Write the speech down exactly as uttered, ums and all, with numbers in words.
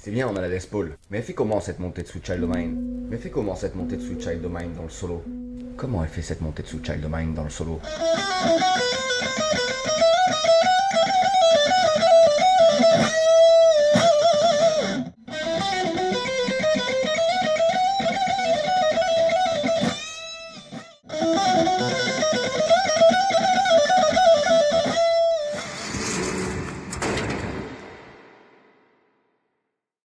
C'est bien, on a la Les Paul. Mais elle fait comment cette montée de Sweet Child O' Mine? Mais elle fait comment cette montée de Sweet Child O' Mine dans le solo? Comment elle fait cette montée de Sweet Child O' Mine dans le solo?